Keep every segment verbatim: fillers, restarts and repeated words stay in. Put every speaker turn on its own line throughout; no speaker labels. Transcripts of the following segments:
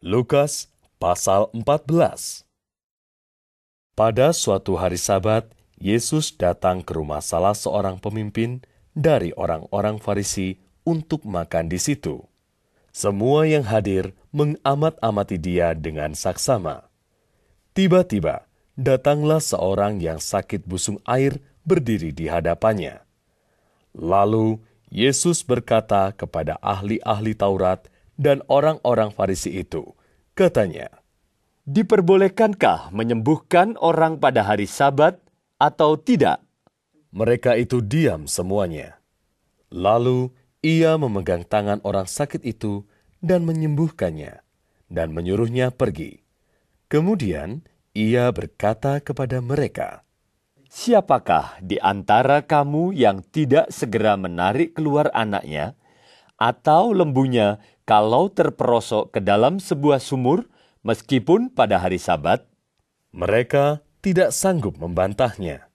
Lukas pasal empat belas. Pada suatu hari Sabat, Yesus datang ke rumah salah seorang pemimpin dari orang-orang Farisi untuk makan di situ. Semua yang hadir mengamat-amati dia dengan saksama. Tiba-tiba, datanglah seorang yang sakit busung air berdiri di hadapannya. Lalu, Yesus berkata kepada ahli-ahli Taurat dan orang-orang Farisi itu, katanya,
"Diperbolehkankah menyembuhkan orang pada hari Sabat atau tidak?"
Mereka itu diam semuanya. Lalu ia memegang tangan orang sakit itu dan menyembuhkannya, dan menyuruhnya pergi. Kemudian ia berkata kepada mereka,
"Siapakah di antara kamu yang tidak segera menarik keluar anaknya, atau lembunya kalau terperosok ke dalam sebuah sumur, meskipun pada hari Sabat?"
Mereka tidak sanggup membantahnya.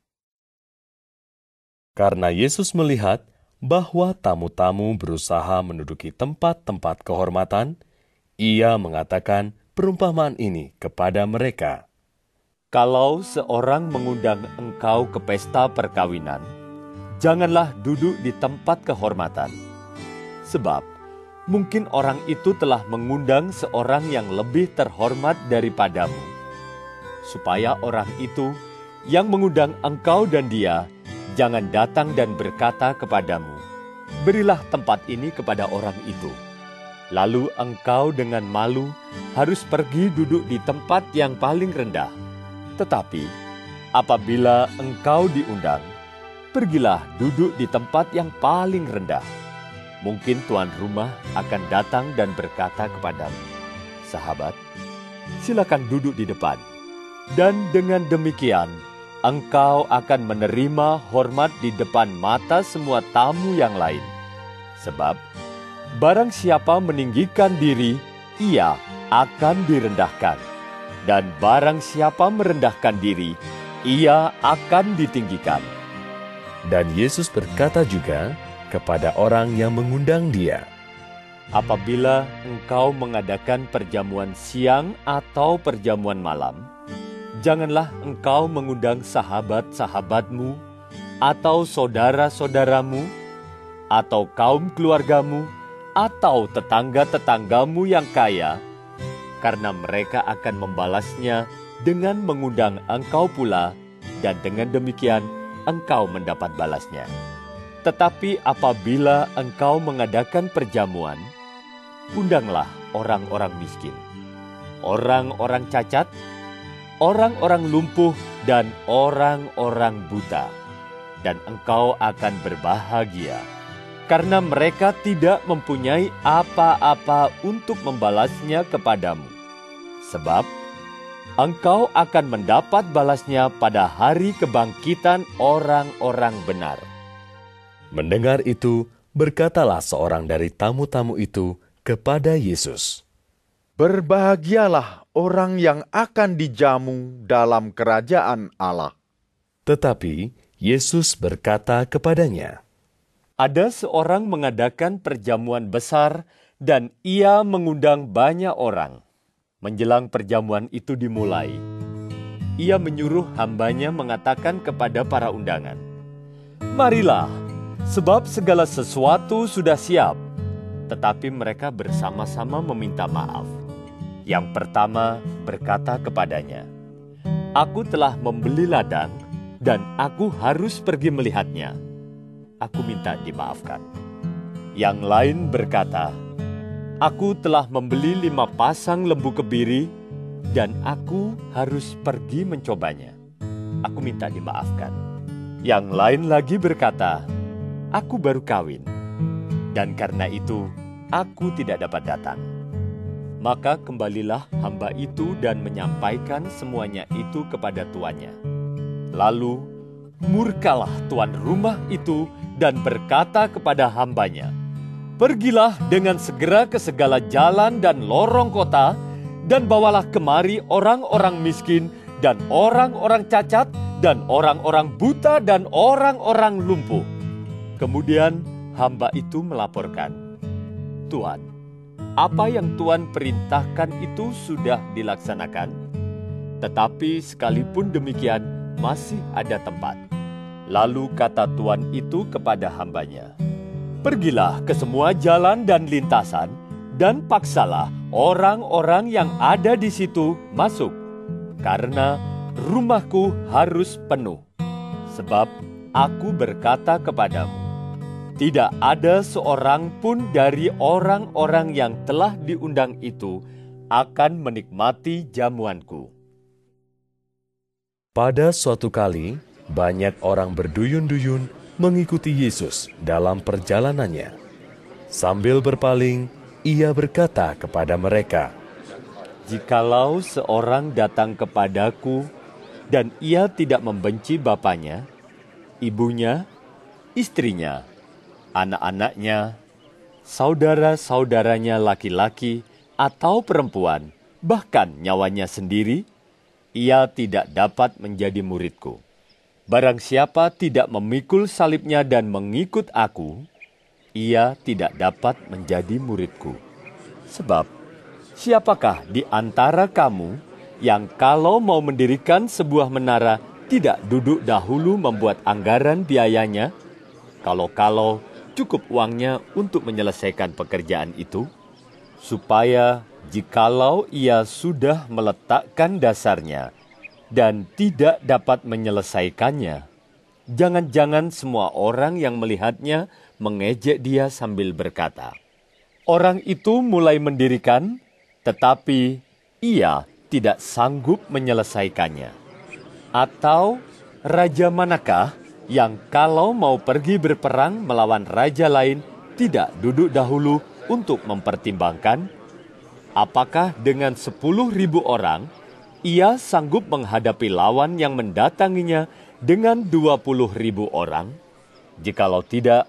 Karena Yesus melihat bahwa tamu-tamu berusaha menduduki tempat-tempat kehormatan, ia mengatakan perumpamaan ini kepada mereka.
"Kalau seorang mengundang engkau ke pesta perkawinan, janganlah duduk di tempat kehormatan. Sebab mungkin orang itu telah mengundang seorang yang lebih terhormat daripadamu, supaya orang itu yang mengundang engkau dan dia jangan datang dan berkata kepadamu, 'Berilah tempat ini kepada orang itu.' Lalu engkau dengan malu harus pergi duduk di tempat yang paling rendah. Tetapi apabila engkau diundang, pergilah duduk di tempat yang paling rendah. Mungkin tuan rumah akan datang dan berkata kepadamu, 'Sahabat, silakan duduk di depan.' Dan dengan demikian, engkau akan menerima hormat di depan mata semua tamu yang lain. Sebab barang siapa meninggikan diri, ia akan direndahkan. Dan barang siapa merendahkan diri, ia akan ditinggikan."
Dan Yesus berkata juga kepada orang yang mengundang dia,
"Apabila engkau mengadakan perjamuan siang atau perjamuan malam, janganlah engkau mengundang sahabat-sahabatmu, atau saudara-saudaramu, atau kaum keluargamu, atau tetangga-tetanggamu yang kaya, karena mereka akan membalasnya dengan mengundang engkau pula, dan dengan demikian engkau mendapat balasnya. Tetapi apabila engkau mengadakan perjamuan, undanglah orang-orang miskin, orang-orang cacat, orang-orang lumpuh, dan orang-orang buta, dan engkau akan berbahagia, karena mereka tidak mempunyai apa-apa untuk membalasnya kepadamu. Sebab engkau akan mendapat balasnya pada hari kebangkitan orang-orang benar."
Mendengar itu, berkatalah seorang dari tamu-tamu itu kepada Yesus,
"Berbahagialah orang yang akan dijamu dalam kerajaan Allah."
Tetapi Yesus berkata kepadanya,
"Ada seorang mengadakan perjamuan besar dan ia mengundang banyak orang. Menjelang perjamuan itu dimulai, ia menyuruh hambanya mengatakan kepada para undangan, 'Marilah, sebab segala sesuatu sudah siap.' Tetapi mereka bersama-sama meminta maaf. Yang pertama berkata kepadanya, 'Aku telah membeli ladang dan aku harus pergi melihatnya. Aku minta dimaafkan.' Yang lain berkata, 'Aku telah membeli lima pasang lembu kebiri dan aku harus pergi mencobanya. Aku minta dimaafkan.' Yang lain lagi berkata, 'Aku baru kawin, dan karena itu aku tidak dapat datang.' Maka kembalilah hamba itu dan menyampaikan semuanya itu kepada tuannya. Lalu murkalah tuan rumah itu dan berkata kepada hambanya, 'Pergilah dengan segera ke segala jalan dan lorong kota, dan bawalah kemari orang-orang miskin, dan orang-orang cacat, dan orang-orang buta, dan orang-orang lumpuh.' Kemudian hamba itu melaporkan, 'Tuan, apa yang Tuhan perintahkan itu sudah dilaksanakan, tetapi sekalipun demikian masih ada tempat. Lalu kata Tuhan itu kepada hambanya, "Pergilah ke semua jalan dan lintasan, dan paksalah orang-orang yang ada di situ masuk, karena rumahku harus penuh. Sebab aku berkata kepadamu, tidak ada seorang pun dari orang-orang yang telah diundang itu akan menikmati jamuanku."
Pada suatu kali, banyak orang berduyun-duyun mengikuti Yesus dalam perjalanannya. Sambil berpaling, ia berkata kepada mereka,
"Jikalau seorang datang kepadaku dan ia tidak membenci bapaknya, ibunya, istrinya, anak-anaknya, saudara-saudaranya laki-laki atau perempuan, bahkan nyawanya sendiri, ia tidak dapat menjadi muridku. Barang siapa tidak memikul salibnya dan mengikut aku, ia tidak dapat menjadi muridku. Sebab, siapakah di antara kamu yang kalau mau mendirikan sebuah menara tidak duduk dahulu membuat anggaran biayanya, kalau-kalau cukup uangnya untuk menyelesaikan pekerjaan itu, supaya jikalau ia sudah meletakkan dasarnya dan tidak dapat menyelesaikannya, jangan-jangan semua orang yang melihatnya mengejek dia sambil berkata, 'Orang itu mulai mendirikan, tetapi ia tidak sanggup menyelesaikannya.' Atau raja manakah yang kalau mau pergi berperang melawan raja lain tidak duduk dahulu untuk mempertimbangkan, apakah dengan sepuluh ribu orang ia sanggup menghadapi lawan yang mendatanginya dengan dua puluh ribu orang? Jikalau tidak,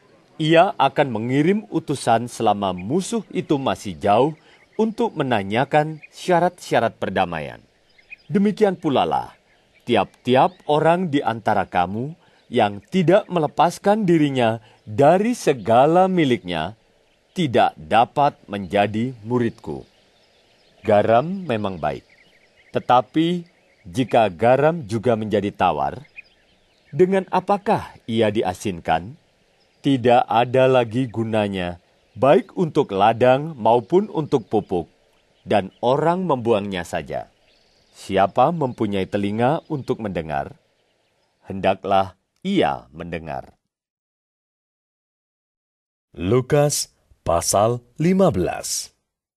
ia akan mengirim utusan selama musuh itu masih jauh untuk menanyakan syarat-syarat perdamaian. Demikian pula lah, tiap-tiap orang di antara kamu yang tidak melepaskan dirinya dari segala miliknya tidak dapat menjadi muridku. Garam memang baik, tetapi jika garam juga menjadi tawar, dengan apakah ia diasinkan? Tidak ada lagi gunanya, baik untuk ladang maupun untuk pupuk, dan orang membuangnya saja. Siapa mempunyai telinga untuk mendengar, hendaklah ia mendengar."
Lukas pasal lima belas.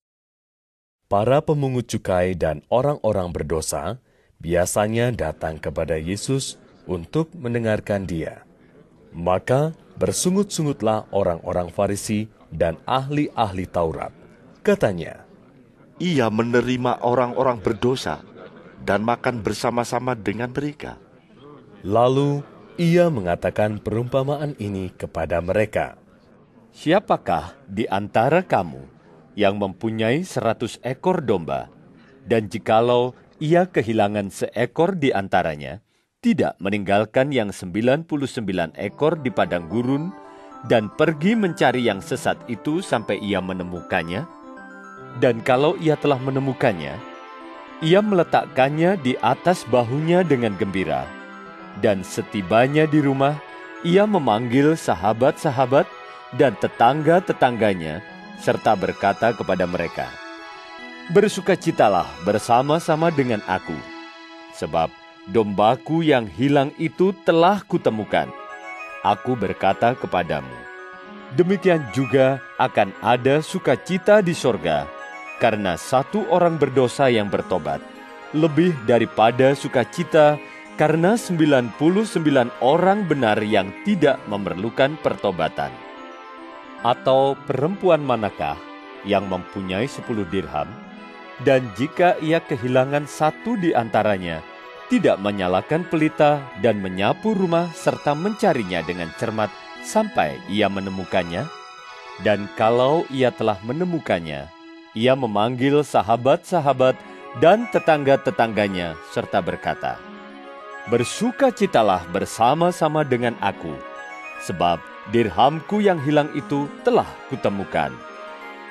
Para pemungut cukai dan orang-orang berdosa biasanya datang kepada Yesus untuk mendengarkan dia. Maka bersungut-sungutlah orang-orang Farisi dan ahli-ahli Taurat. Katanya,
"Ia menerima orang-orang berdosa dan makan bersama-sama dengan mereka."
Lalu ia mengatakan perumpamaan ini kepada mereka.
Siapakah di antara kamu yang mempunyai seratus ekor domba, dan jikalau ia kehilangan seekor di antaranya, tidak meninggalkan yang sembilan puluh sembilan ekor di padang gurun, dan pergi mencari yang sesat itu sampai ia menemukannya? Dan kalau ia telah menemukannya, ia meletakkannya di atas bahunya dengan gembira, dan setibanya di rumah, ia memanggil sahabat-sahabat dan tetangga-tetangganya, serta berkata kepada mereka, "Bersukacitalah bersama-sama dengan aku, sebab dombaku yang hilang itu telah kutemukan." Aku berkata kepadamu, demikian juga akan ada sukacita di sorga, karena satu orang berdosa yang bertobat, lebih daripada sukacita karena sembilan puluh sembilan orang benar yang tidak memerlukan pertobatan. Atau perempuan manakah yang mempunyai sepuluh dirham, dan jika ia kehilangan satu di antaranya, tidak menyalakan pelita dan menyapu rumah serta mencarinya dengan cermat sampai ia menemukannya? Dan kalau ia telah menemukannya, ia memanggil sahabat-sahabat dan tetangga-tetangganya serta berkata, "Bersukacitalah bersama-sama dengan aku, sebab dirhamku yang hilang itu telah kutemukan."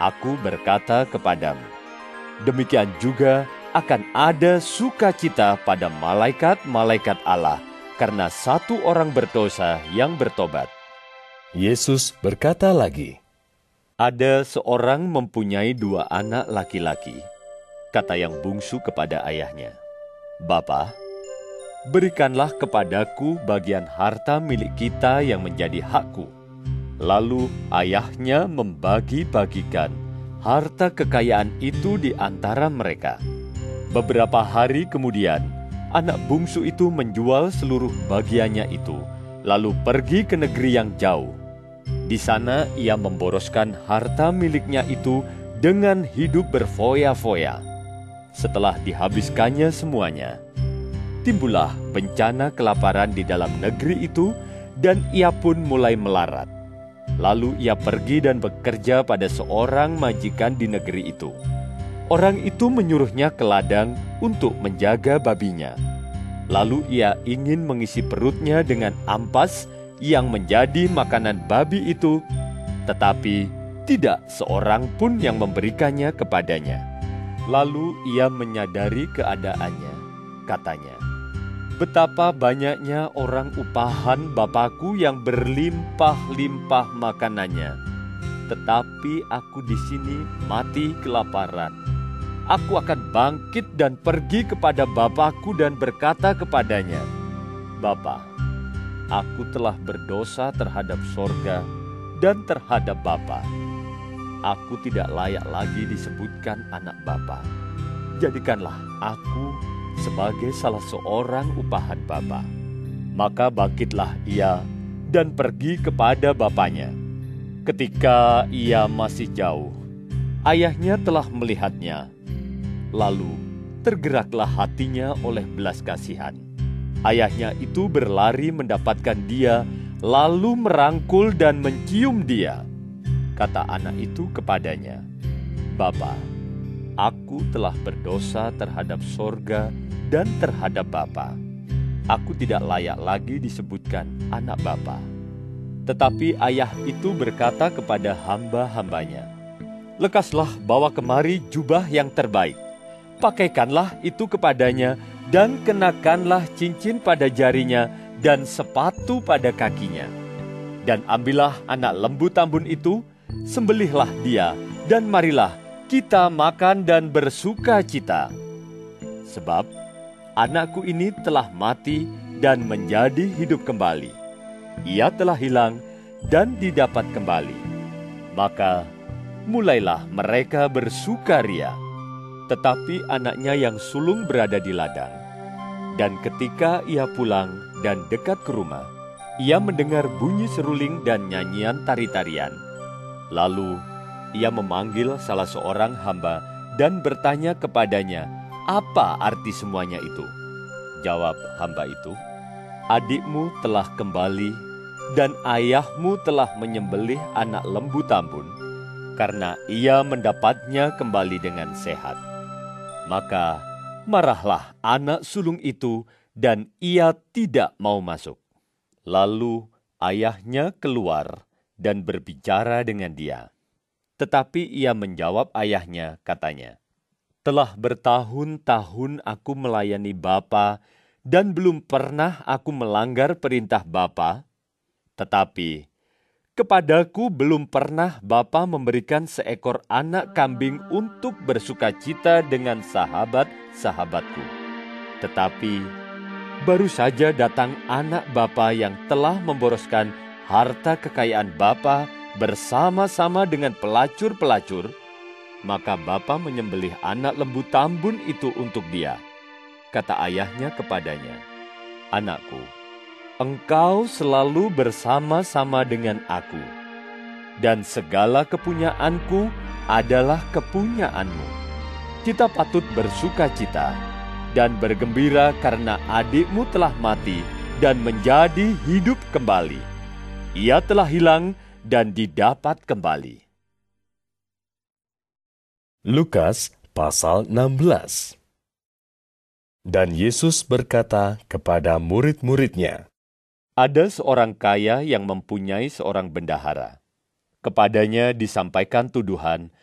Aku berkata kepadamu, demikian juga akan ada sukacita pada malaikat-malaikat Allah karena satu orang berdosa yang bertobat.
Yesus berkata lagi,
Ada seorang mempunyai dua anak laki-laki. Kata yang bungsu kepada ayahnya, Bapa, berikanlah kepadaku bagian harta milik kita yang menjadi hakku. Lalu ayahnya membagi-bagikan harta kekayaan itu di antara mereka. Beberapa hari kemudian, anak bungsu itu menjual seluruh bagiannya itu, lalu pergi ke negeri yang jauh. Di sana ia memboroskan harta miliknya itu dengan hidup berfoya-foya. Setelah dihabiskannya semuanya, timbullah bencana kelaparan di dalam negeri itu, dan ia pun mulai melarat. Lalu ia pergi dan bekerja pada seorang majikan di negeri itu. Orang itu menyuruhnya ke ladang untuk menjaga babinya. Lalu ia ingin mengisi perutnya dengan ampas yang menjadi makanan babi itu, tetapi tidak seorang pun yang memberikannya kepadanya. Lalu ia menyadari keadaannya, katanya, betapa banyaknya orang upahan Bapakku yang berlimpah-limpah makanannya, tetapi aku di sini mati kelaparan. Aku akan bangkit dan pergi kepada Bapakku dan berkata kepadanya, Bapa, aku telah berdosa terhadap sorga dan terhadap Bapa. Aku tidak layak lagi disebutkan anak Bapa. Jadikanlah aku sebagai salah seorang upahan Bapa. Maka bangkitlah ia dan pergi kepada bapaknya. Ketika ia masih jauh, ayahnya telah melihatnya. Lalu tergeraklah hatinya oleh belas kasihan. Ayahnya itu berlari mendapatkan dia, lalu merangkul dan mencium dia. Kata anak itu kepadanya, Bapa, aku telah berdosa terhadap sorga dan terhadap Bapa. Aku tidak layak lagi disebutkan anak Bapa. Tetapi ayah itu berkata kepada hamba-hambanya, lekaslah bawa kemari jubah yang terbaik. Pakaikanlah itu kepadanya dan kenakanlah cincin pada jarinya dan sepatu pada kakinya. Dan ambillah anak lembu tambun itu, sembelihlah dia, dan marilah kita makan dan bersuka cita. Sebab anakku ini telah mati dan menjadi hidup kembali. Ia telah hilang dan didapat kembali. Maka mulailah mereka bersukaria. Tetapi anaknya yang sulung berada di ladang. Dan ketika ia pulang dan dekat ke rumah, ia mendengar bunyi seruling dan nyanyian tari-tarian. Lalu ia memanggil salah seorang hamba dan bertanya kepadanya, apa arti semuanya itu? Jawab hamba itu, adikmu telah kembali dan ayahmu telah menyembelih anak lembu tambun, karena ia mendapatnya kembali dengan sehat. Maka marahlah anak sulung itu dan ia tidak mau masuk. Lalu ayahnya keluar dan berbicara dengan dia. Tetapi ia menjawab ayahnya, katanya, telah bertahun-tahun aku melayani Bapa dan belum pernah aku melanggar perintah Bapa. Tetapi kepadaku belum pernah Bapa memberikan seekor anak kambing untuk bersukacita dengan sahabat-sahabatku. Tetapi baru saja datang anak Bapa yang telah memboroskan harta kekayaan Bapa bersama-sama dengan pelacur-pelacur, maka Bapa menyembelih anak lembu tambun itu untuk dia. Kata ayahnya kepadanya, anakku, engkau selalu bersama-sama dengan aku, dan segala kepunyaanku adalah kepunyaanmu. Kita patut bersukacita dan bergembira karena adikmu telah mati dan menjadi hidup kembali. Ia telah hilang dan didapat kembali.
Lukas pasal enam belas. Dan Yesus berkata kepada murid-muridnya,
ada seorang kaya yang mempunyai seorang bendahara. Kepadanya disampaikan tuduhan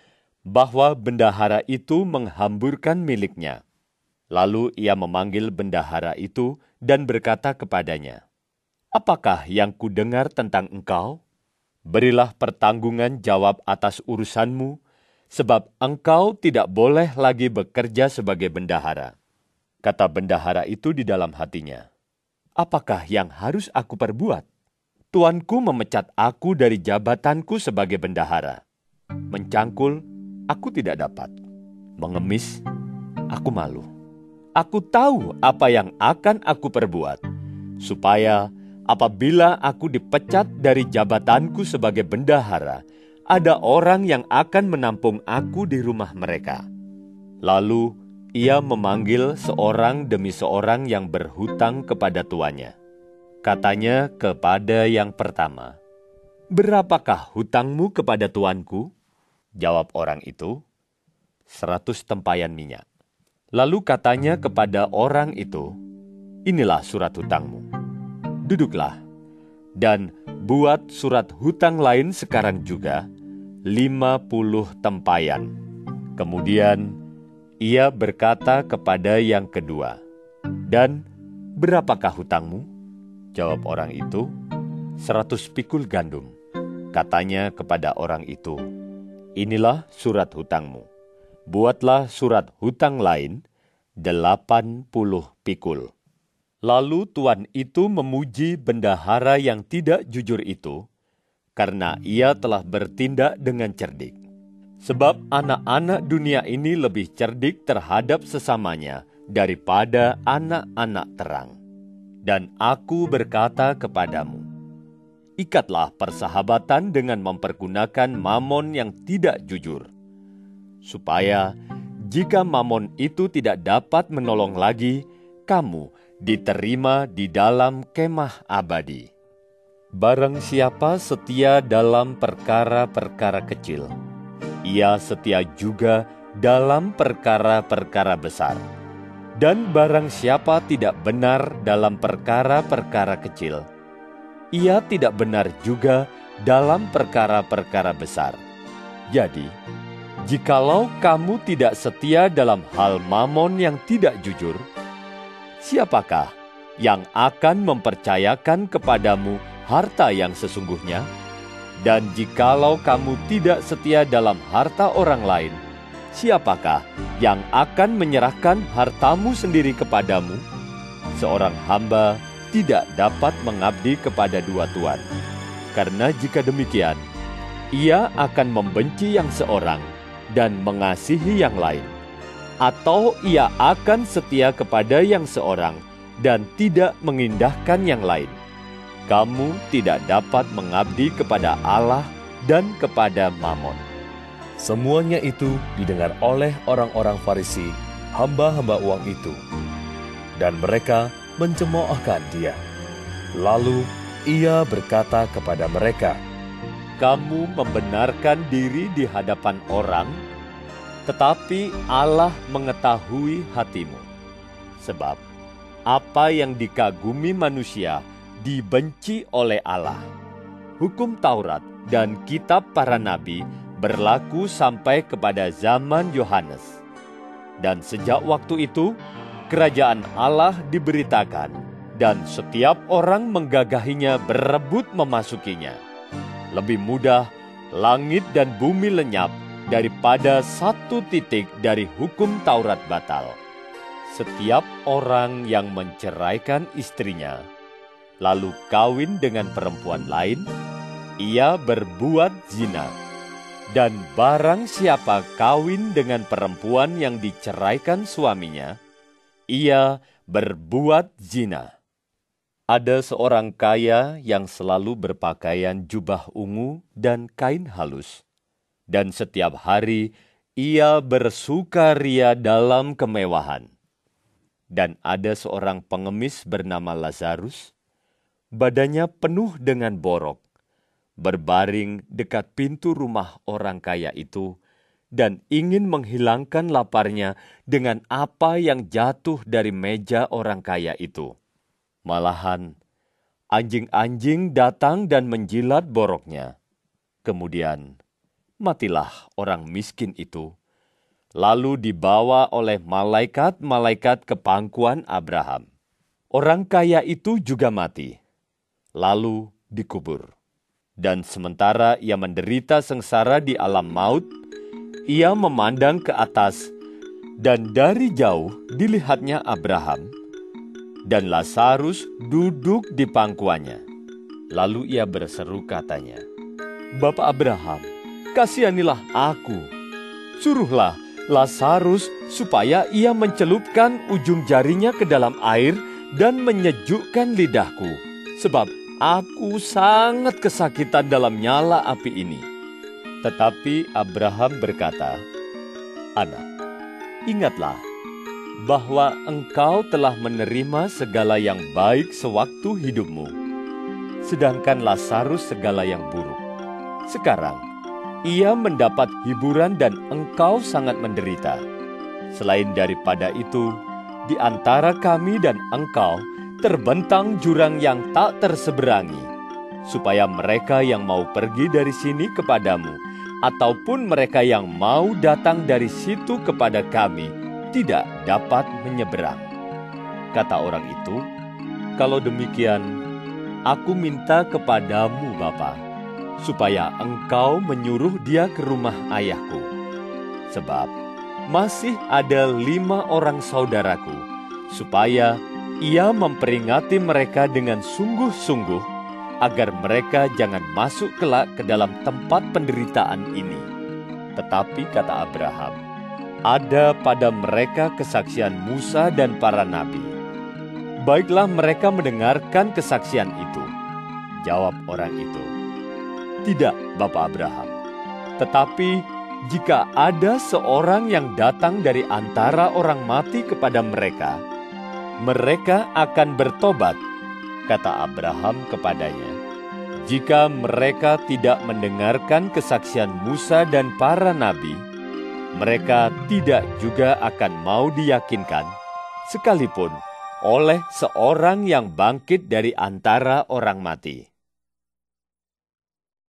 bahwa bendahara itu menghamburkan miliknya. Lalu ia memanggil bendahara itu dan berkata kepadanya, "Apakah yang kudengar tentang engkau? Berilah pertanggungan jawab atas urusanmu, sebab engkau tidak boleh lagi bekerja sebagai bendahara." Kata bendahara itu di dalam hatinya, "Apakah yang harus aku perbuat? Tuanku memecat aku dari jabatanku sebagai bendahara. Mencangkul, aku tidak dapat. Mengemis, aku malu. Aku tahu apa yang akan aku perbuat, supaya apabila aku dipecat dari jabatanku sebagai bendahara, ada orang yang akan menampung aku di rumah mereka." Lalu ia memanggil seorang demi seorang yang berhutang kepada tuannya. Katanya kepada yang pertama, "Berapakah hutangmu kepada tuanku?" Jawab orang itu, "Seratus tempayan minyak." Lalu katanya kepada orang itu, "Inilah surat hutangmu. Duduklah, dan buat surat hutang lain sekarang juga, lima puluh tempayan." Kemudian ia berkata kepada yang kedua, "Dan berapakah hutangmu?" Jawab orang itu, "Seratus pikul gandum." Katanya kepada orang itu, "Inilah surat hutangmu. Buatlah surat hutang lain, delapan puluh pikul." Lalu tuan itu memuji bendahara yang tidak jujur itu, karena ia telah bertindak dengan cerdik. Sebab anak-anak dunia ini lebih cerdik terhadap sesamanya daripada anak-anak terang. Dan aku berkata kepadamu, ikatlah persahabatan dengan mempergunakan mamon yang tidak jujur, supaya jika mamon itu tidak dapat menolong lagi, kamu diterima di dalam kemah abadi. Barang siapa setia dalam perkara-perkara kecil, ia setia juga dalam perkara-perkara besar. Dan barang siapa tidak benar dalam perkara-perkara kecil, ia tidak benar juga dalam perkara-perkara besar. Jadi, jikalau kamu tidak setia dalam hal mamon yang tidak jujur, siapakah yang akan mempercayakan kepadamu harta yang sesungguhnya? Dan jikalau kamu tidak setia dalam harta orang lain, siapakah yang akan menyerahkan hartamu sendiri kepadamu? Seorang hamba tidak dapat mengabdi kepada dua tuan, karena jika demikian, ia akan membenci yang seorang dan mengasihi yang lain, atau ia akan setia kepada yang seorang dan tidak mengindahkan yang lain. Kamu tidak dapat mengabdi kepada Allah dan kepada Mamon.
Semuanya itu didengar oleh orang-orang Farisi, hamba-hamba uang itu. Dan mereka mencemoohkan dia. Lalu ia berkata kepada mereka,
"Kamu membenarkan diri di hadapan orang, tetapi Allah mengetahui hatimu. Sebab apa yang dikagumi manusia dibenci oleh Allah. Hukum Taurat dan kitab para nabi berlaku sampai kepada zaman Yohanes. Dan sejak waktu itu, kerajaan Allah diberitakan, dan setiap orang menggagahinya berebut memasukinya. Lebih mudah langit dan bumi lenyap daripada satu titik dari hukum Taurat batal. Setiap orang yang menceraikan istrinya, lalu kawin dengan perempuan lain, ia berbuat zina. Dan barang siapa kawin dengan perempuan yang diceraikan suaminya, ia berbuat zina." Ada seorang kaya yang selalu berpakaian jubah ungu dan kain halus, dan setiap hari ia bersukaria dalam kemewahan. Dan ada seorang pengemis bernama Lazarus, badannya penuh dengan borok, berbaring dekat pintu rumah orang kaya itu, dan ingin menghilangkan laparnya dengan apa yang jatuh dari meja orang kaya itu. Malahan, anjing-anjing datang dan menjilat boroknya. Kemudian, matilah orang miskin itu, lalu dibawa oleh malaikat-malaikat ke pangkuan Abraham. Orang kaya itu juga mati, lalu dikubur. Dan sementara ia menderita sengsara di alam maut, ia memandang ke atas, dan dari jauh dilihatnya Abraham, dan Lazarus duduk di pangkuannya. Lalu ia berseru katanya, "Bapak Abraham, kasihanilah aku. Suruhlah Lazarus supaya ia mencelupkan ujung jarinya ke dalam air dan menyejukkan lidahku, sebab aku sangat kesakitan dalam nyala api ini." Tetapi Abraham berkata, "Anak, ingatlah bahwa engkau telah menerima segala yang baik sewaktu hidupmu, sedangkan Lazarus segala yang buruk. Sekarang ia mendapat hiburan dan engkau sangat menderita. Selain daripada itu, di antara kami dan engkau terbentang jurang yang tak terseberangi, supaya mereka yang mau pergi dari sini kepadamu, ataupun mereka yang mau datang dari situ kepada kami, tidak dapat menyeberang." Kata orang itu, "Kalau demikian, aku minta kepadamu, Bapa, supaya engkau menyuruh dia ke rumah ayahku. Sebab masih ada lima orang saudaraku, supaya ia memperingati mereka dengan sungguh-sungguh, agar mereka jangan masuk kelak ke dalam tempat penderitaan ini." Tetapi kata Abraham, "Ada pada mereka kesaksian Musa dan para nabi. Baiklah mereka mendengarkan kesaksian itu." Jawab orang itu, "Tidak, Bapak Abraham. Tetapi jika ada seorang yang datang dari antara orang mati kepada mereka, mereka akan bertobat." Kata Abraham kepadanya, "Jika mereka tidak mendengarkan kesaksian Musa dan para nabi, mereka tidak juga akan mau diyakinkan, sekalipun oleh seorang yang bangkit dari antara orang mati."